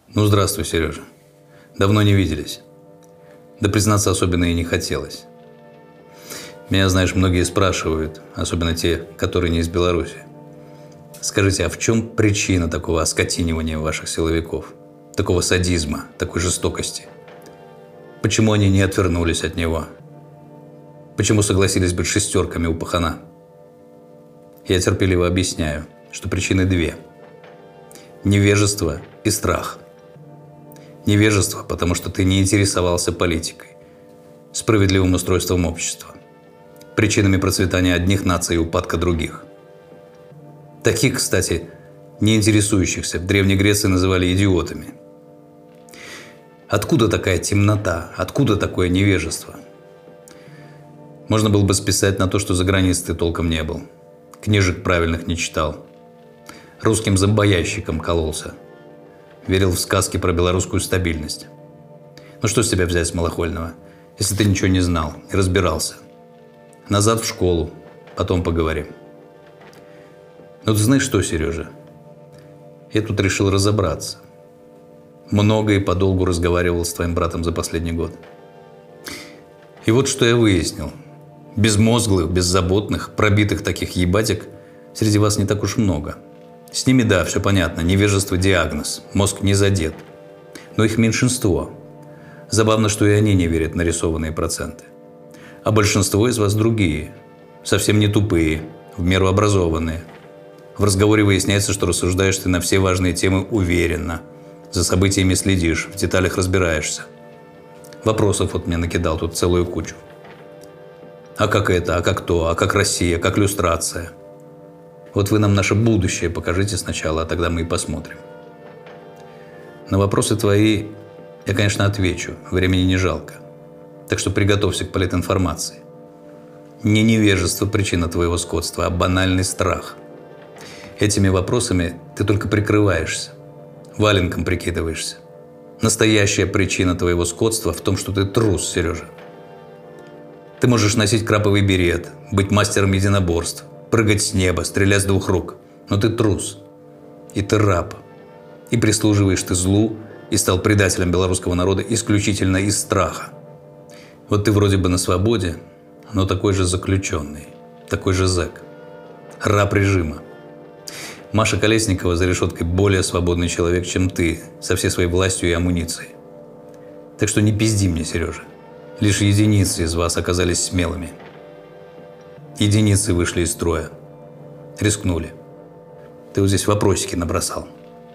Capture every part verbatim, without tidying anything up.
Ну, здравствуй, Сережа. Давно не виделись. Да, признаться, особенно и не хотелось. Меня, знаешь, многие спрашивают, особенно те, которые не из Беларуси. Скажите, а в чем причина такого оскотинивания ваших силовиков? Такого садизма, такой жестокости? Почему они не отвернулись от него? Почему согласились быть шестерками у пахана? Я терпеливо объясняю, что причины две. Невежество и страх. Невежество, потому что ты не интересовался политикой, справедливым устройством общества, причинами процветания одних наций и упадка других. Таких, кстати, не интересующихся в Древней Греции называли идиотами. Откуда такая темнота? Откуда такое невежество? Можно было бы списать на то, что за границей ты толком не был, книжек правильных не читал, русским зомбоящиком кололся, верил в сказки про белорусскую стабильность. Ну что с тебя взять с малохольного, если ты ничего не знал, не разбирался? Назад в школу, потом поговорим. Ну ты знаешь что, Сережа? Я тут решил разобраться. Много и подолгу разговаривал с твоим братом за последний год. И вот что я выяснил. Безмозглых, беззаботных, пробитых таких ебатик среди вас не так уж много. С ними, да, все понятно, невежество – диагноз, мозг не задет. Но их меньшинство. Забавно, что и они не верят в нарисованные проценты. А большинство из вас другие, совсем не тупые, в меру образованные. В разговоре выясняется, что рассуждаешь ты на все важные темы уверенно, за событиями следишь, в деталях разбираешься. Вопросов вот мне накидал тут целую кучу. А как это, а как то, а как Россия, как люстрация? Вот вы нам наше будущее покажите сначала, а тогда мы и посмотрим. На вопросы твои я, конечно, отвечу, времени не жалко. Так что приготовься к политинформации. Не невежество причина твоего скотства, а банальный страх. Этими вопросами ты только прикрываешься, валенком прикидываешься. Настоящая причина твоего скотства в том, что ты трус, Сережа. Ты можешь носить краповый берет, быть мастером единоборств, прыгать с неба, стрелять с двух рук. Но ты трус. И ты раб. И прислуживаешь ты злу, и стал предателем белорусского народа исключительно из страха. Вот ты вроде бы на свободе, но такой же заключенный, такой же зэк. Раб режима. Маша Колесникова за решеткой более свободный человек, чем ты, со всей своей властью и амуницией. Так что не пизди мне, Сережа. Лишь единицы из вас оказались смелыми. Единицы вышли из строя. Рискнули. Ты вот здесь вопросики набросал.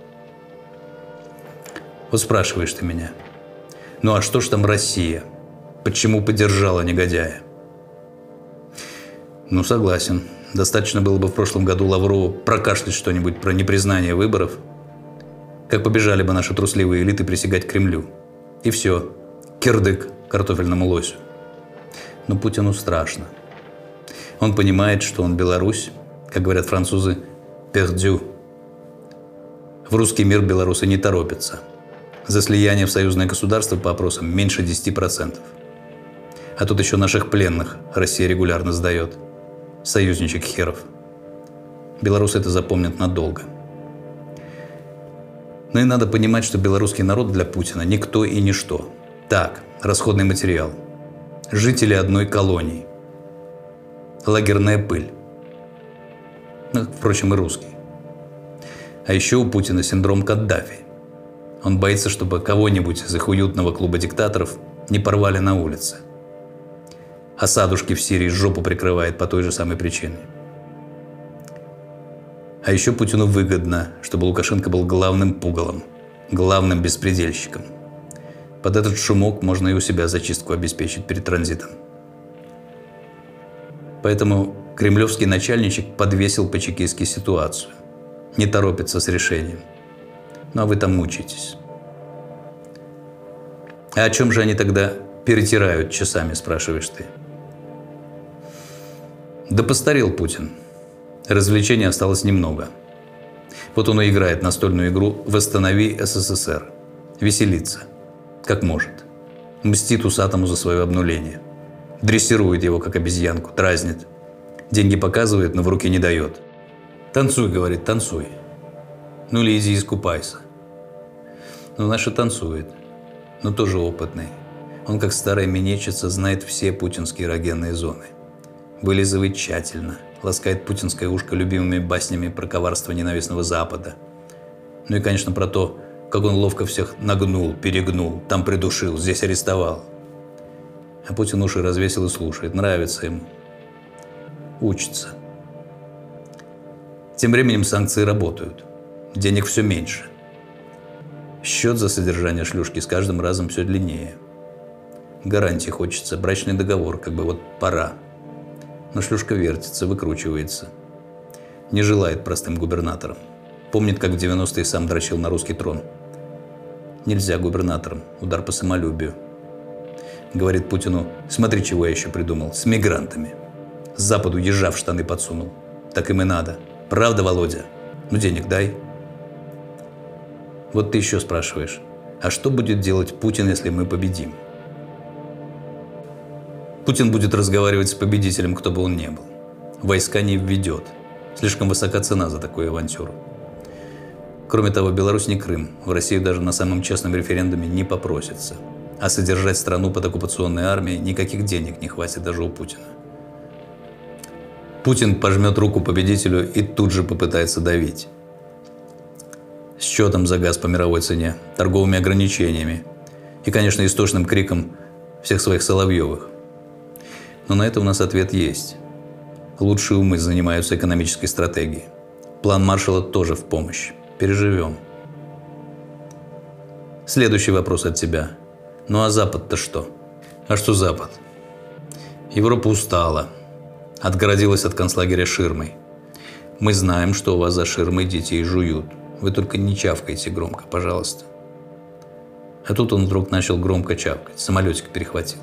Вот спрашиваешь ты меня. Ну а что ж там Россия? Почему поддержала негодяя? Ну согласен. Достаточно было бы в прошлом году Лаврову прокашлять что-нибудь про непризнание выборов. Как побежали бы наши трусливые элиты присягать Кремлю. И все. Кирдык картофельному лосю. Но Путину страшно. Он понимает, что он Беларусь, как говорят французы, пердю. В русский мир белорусы не торопятся. За слияние в союзное государство по опросам меньше десяти процентов. А тут еще наших пленных Россия регулярно сдает. Союзничек херов. Белорусы это запомнят надолго. Но и надо понимать, что белорусский народ для Путина никто и ничто. Так, расходный материал. Жители одной колонии. Лагерная пыль. Ну, впрочем, и русский. А еще у Путина синдром Каддафи. Он боится, чтобы кого-нибудь из их уютного клуба диктаторов не порвали на улице. Осадушки в Сирии жопу прикрывает по той же самой причине. А еще Путину выгодно, чтобы Лукашенко был главным пугалом, главным беспредельщиком. Под этот шумок можно и у себя зачистку обеспечить перед транзитом. Поэтому кремлевский начальничек подвесил по-чекистски ситуацию. Не торопится с решением. Ну а вы там мучаетесь. А о чем же они тогда перетирают часами, спрашиваешь ты? Да постарел Путин. Развлечений осталось немного. Вот он и играет настольную игру «Восстанови СССР». Веселится. Как может. Мстит усатому за свое обнуление. Дрессирует его, как обезьянку, дразнит. Деньги показывает, но в руки не дает. «Танцуй», говорит, «танцуй». Ну или иди искупайся. Но наш и танцует, но тоже опытный. Он, как старая минетчица, знает все путинские эрогенные зоны. Вылизывает тщательно, ласкает путинское ушко любимыми баснями про коварство ненавистного Запада. Ну и, конечно, про то, как он ловко всех нагнул, перегнул, там придушил, здесь арестовал. А Путин уши развесил и слушает, нравится ему. Учится. Тем временем санкции работают. Денег все меньше. Счет за содержание шлюшки с каждым разом все длиннее. Гарантии хочется, брачный договор, как бы вот пора. Но шлюшка вертится, выкручивается. Не желает простым губернаторам. Помнит, как в девяностые сам дрочил на русский трон. Нельзя губернаторам, удар по самолюбию. Говорит Путину, смотри, чего я еще придумал, с мигрантами. С Западу ежа в штаны подсунул. Так им и надо. Правда, Володя? Ну денег дай. Вот ты еще спрашиваешь, а что будет делать Путин, если мы победим? Путин будет разговаривать с победителем, кто бы он ни был. Войска не введет. Слишком высока цена за такую авантюру. Кроме того, Беларусь не Крым. В Россию даже на самом честном референдуме не попросится. А содержать страну под оккупационной армией никаких денег не хватит даже у Путина. Путин пожмет руку победителю и тут же попытается давить. С счетом за газ по мировой цене, торговыми ограничениями и, конечно, истошным криком всех своих Соловьевых. Но на это у нас ответ есть. Лучшие умы занимаются экономической стратегией. План Маршалла тоже в помощь. Переживем. Следующий вопрос от тебя. Ну а Запад-то что? А что Запад? Европа устала. Отгородилась от концлагеря ширмой. Мы знаем, что у вас за ширмой детей жуют. Вы только не чавкайте громко, пожалуйста. А тут он вдруг начал громко чавкать. Самолетик перехватил.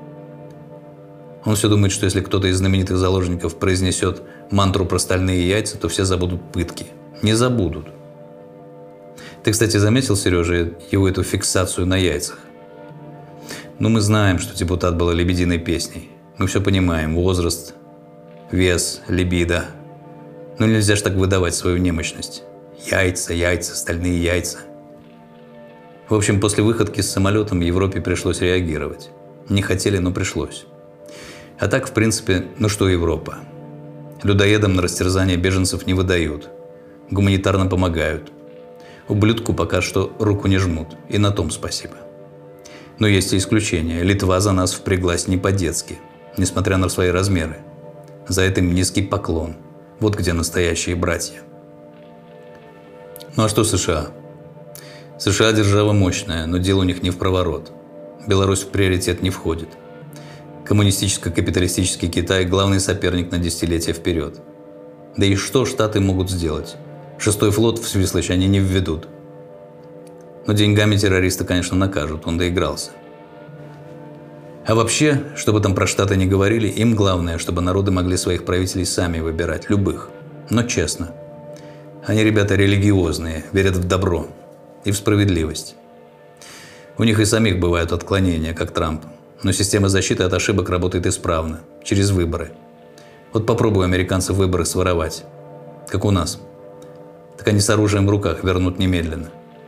Он все думает, что если кто-то из знаменитых заложников произнесет мантру про стальные яйца, то все забудут пытки. Не забудут. Ты, кстати, заметил, Сережа, его эту фиксацию на яйцах? Ну, мы знаем, что депутат был лебединой песней. Мы все понимаем. Возраст, вес, либидо. Но нельзя ж так выдавать свою немощность. Яйца, яйца, стальные яйца. В общем, после выходки с самолетом Европе пришлось реагировать. Не хотели, но пришлось. А так, в принципе, ну что Европа? Людоедам на растерзание беженцев не выдают. Гуманитарно помогают. Ублюдку пока что руку не жмут. И на том спасибо. Но есть и исключения. Литва за нас впряглась не по-детски, несмотря на свои размеры. За это им низкий поклон. Вот где настоящие братья. Ну а что США? США держава мощная, но дело у них не в проворот. Беларусь в приоритет не входит. Коммунистическо-капиталистический Китай – главный соперник на десятилетия вперед. Да и что Штаты могут сделать? Шестой флот в Свислочь они не введут. Но деньгами террориста, конечно, накажут, он доигрался. А вообще, что бы там про Штаты ни говорили, им главное, чтобы народы могли своих правителей сами выбирать, любых. Но честно. Они ребята религиозные, верят в добро и в справедливость. У них и самих бывают отклонения, как Трамп. Но система защиты от ошибок работает исправно, через выборы. Вот попробуй американцев выборы своровать, как у нас. Так они с оружием в руках вернут немедленно.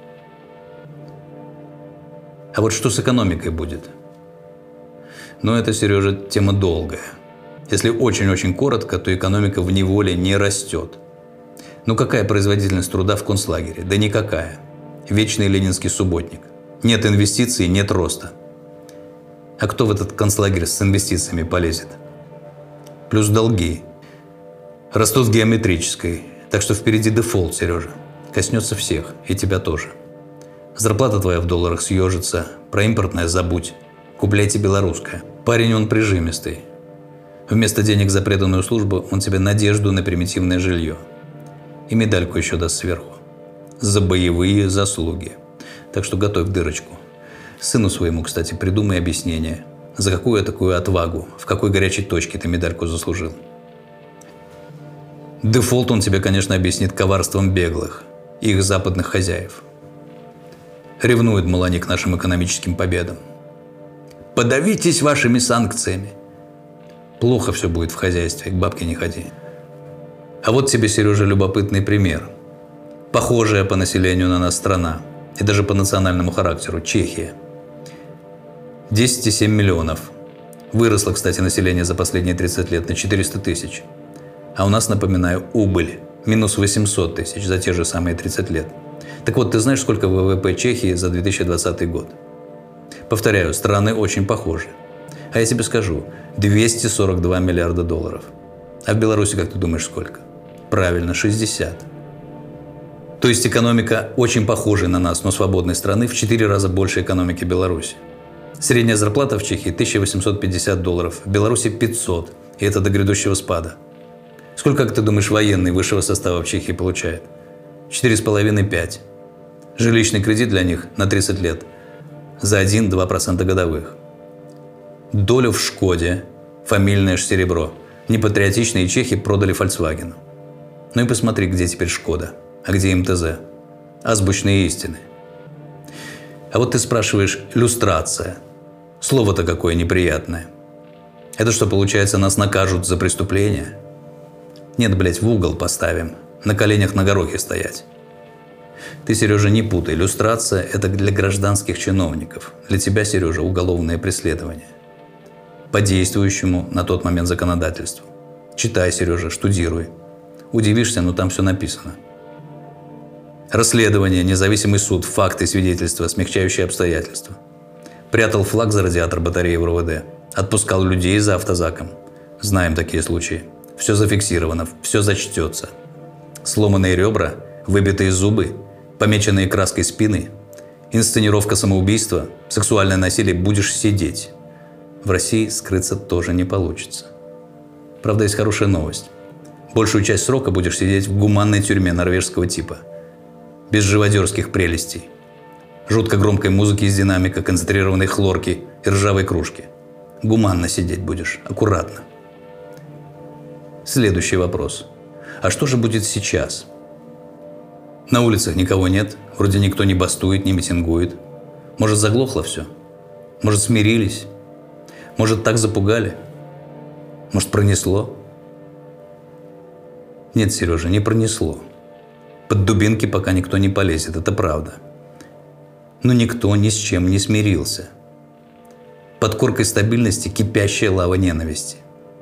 А вот что с экономикой будет? Ну, это, Сережа, тема долгая. Если очень-очень коротко, то экономика в неволе не растет. Ну, какая производительность труда в концлагере? Да никакая. Вечный ленинский субботник. Нет инвестиций, нет роста. А кто в этот концлагерь с инвестициями полезет? Плюс долги. Растут в геометрической. Так что впереди дефолт, Сережа. Коснется всех, и тебя тоже. Зарплата твоя в долларах съежится, про импортное забудь. Купляйте белорусское. Парень он прижимистый. Вместо денег за преданную службу он тебе надежду на примитивное жилье. И медальку еще даст сверху. За боевые заслуги. Так что готовь дырочку. Сыну своему, кстати, придумай объяснение. За какую я такую отвагу, в какой горячей точке ты медальку заслужил. Дефолт он тебе, конечно, объяснит коварством беглых, их западных хозяев. Ревнуют, мол, они к нашим экономическим победам. Подавитесь вашими санкциями. Плохо все будет в хозяйстве, к бабке не ходи. А вот тебе, Сережа, любопытный пример. Похожая по населению на нас страна. и даже по национальному характеру – Чехия. десять целых семь десятых миллионов. Выросло, кстати, население за последние тридцать лет на четыреста тысяч. А у нас, напоминаю, убыль – минус восемьсот тысяч за те же самые тридцать лет. Так вот, ты знаешь, сколько вэ вэ пэ Чехии за две тысячи двадцатый год? Повторяю, страны очень похожи. А я тебе скажу – двести сорок два миллиарда долларов. А в Беларуси, как ты думаешь, сколько? Правильно, шестьдесят. То есть экономика очень похожей на нас, но свободной страны в четыре раза больше экономики Беларуси. Средняя зарплата в Чехии тысяча восемьсот пятьдесят долларов, в Беларуси пятьсот, и это до грядущего спада. Сколько, как ты думаешь, военный высшего состава в Чехии получает? четыре с половиной — пять. Жилищный кредит для них на тридцать лет за один-два процента годовых. Долю в Шкоде, фамильное ж серебро, непатриотичные чехи продали Volkswagen. Ну и посмотри, где теперь Шкода, а где эм тэ зэ. Азбучные истины. А вот ты спрашиваешь, люстрация. Слово-то какое неприятное. Это что, получается, нас накажут за преступление? Нет, блядь, в угол поставим. На коленях на горохе стоять. Ты, Сережа, не путай. Люстрация – это для гражданских чиновников. Для тебя, Сережа, уголовное преследование. По действующему на тот момент законодательству. Читай, Сережа, штудируй. Удивишься, но там все написано. Расследование, независимый суд, факты, свидетельства, смягчающие обстоятельства. Прятал флаг за радиатор батареи в эр вэ дэ. Отпускал людей за автозаком. Знаем такие случаи. Все зафиксировано, все зачтется. Сломанные ребра, выбитые зубы, помеченные краской спины, инсценировка самоубийства, сексуальное насилие, будешь сидеть. В России скрыться тоже не получится. Правда, есть хорошая новость. Большую часть срока будешь сидеть в гуманной тюрьме норвежского типа. Без живодерских прелестей. Жутко громкой музыки из динамика, концентрированной хлорки и ржавой кружки. Гуманно сидеть будешь, аккуратно. Следующий вопрос. А что же будет сейчас? На улицах никого нет, вроде никто не бастует, не митингует. Может, заглохло все? Может, смирились? Может, так запугали? Может, пронесло? Нет, Сережа, не пронесло. Под дубинки пока никто не полезет, это правда. Но никто ни с чем не смирился. Под коркой стабильности кипящая лава ненависти.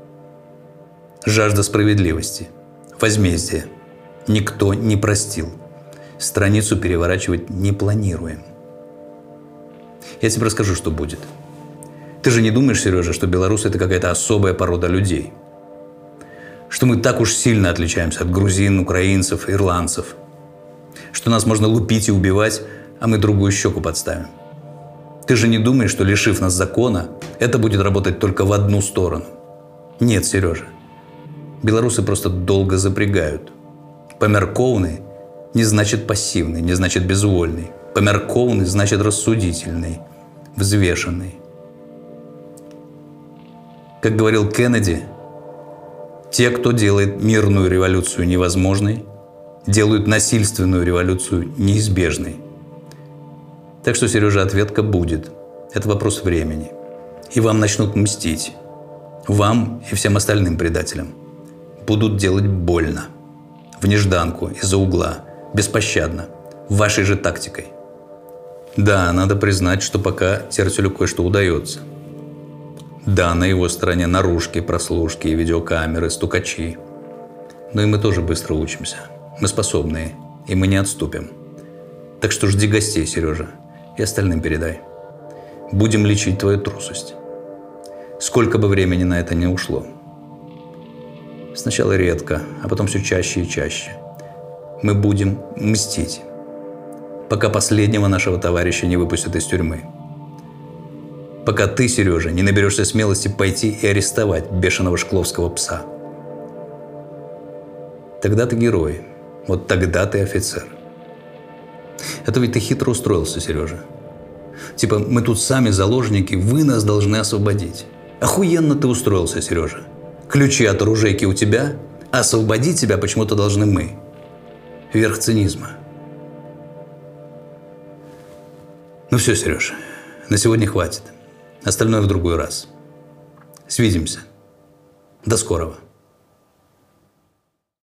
Жажда справедливости. Возмездие. Никто не простил. Страницу переворачивать не планируем. Я тебе расскажу, что будет. Ты же не думаешь, Сережа, что белорусы – это какая-то особая порода людей? Что мы так уж сильно отличаемся от грузин, украинцев, ирландцев? Что нас можно лупить и убивать, а мы другую щеку подставим? Ты же не думаешь, что, лишив нас закона, это будет работать только в одну сторону? Нет, Сережа. Белорусы просто долго запрягают. Помяркованный не значит пассивный, не значит безвольный. Помяркованный значит рассудительный, взвешенный. Как говорил Кеннеди, те, кто делает мирную революцию невозможной, делают насильственную революцию неизбежной. Так что, Сережа, ответка будет. Это вопрос времени. И вам начнут мстить. Вам и всем остальным предателям. Будут делать больно. В нежданку, из-за угла, беспощадно, вашей же тактикой. Да, надо признать, что пока Тертелю кое-что удается. Да, на его стороне наружки, прослушки, видеокамеры, стукачи. Но и мы тоже быстро учимся. Мы способные, и мы не отступим. Так что жди гостей, Сережа, и остальным передай. Будем лечить твою трусость. Сколько бы времени на это ни ушло. Сначала редко, а потом все чаще и чаще. Мы будем мстить, пока последнего нашего товарища не выпустят из тюрьмы. Пока ты, Сережа, не наберешься смелости пойти и арестовать бешеного шкловского пса. Тогда ты герой. Вот тогда ты офицер. Это ведь ты хитро устроился, Сережа. Типа, мы тут сами заложники, вы нас должны освободить. Охуенно ты устроился, Сережа. Ключи от оружейки у тебя, а освободить тебя почему-то должны мы. Верх цинизма. Ну все, Сереж, на сегодня хватит. Остальное в другой раз. Свидимся. До скорого.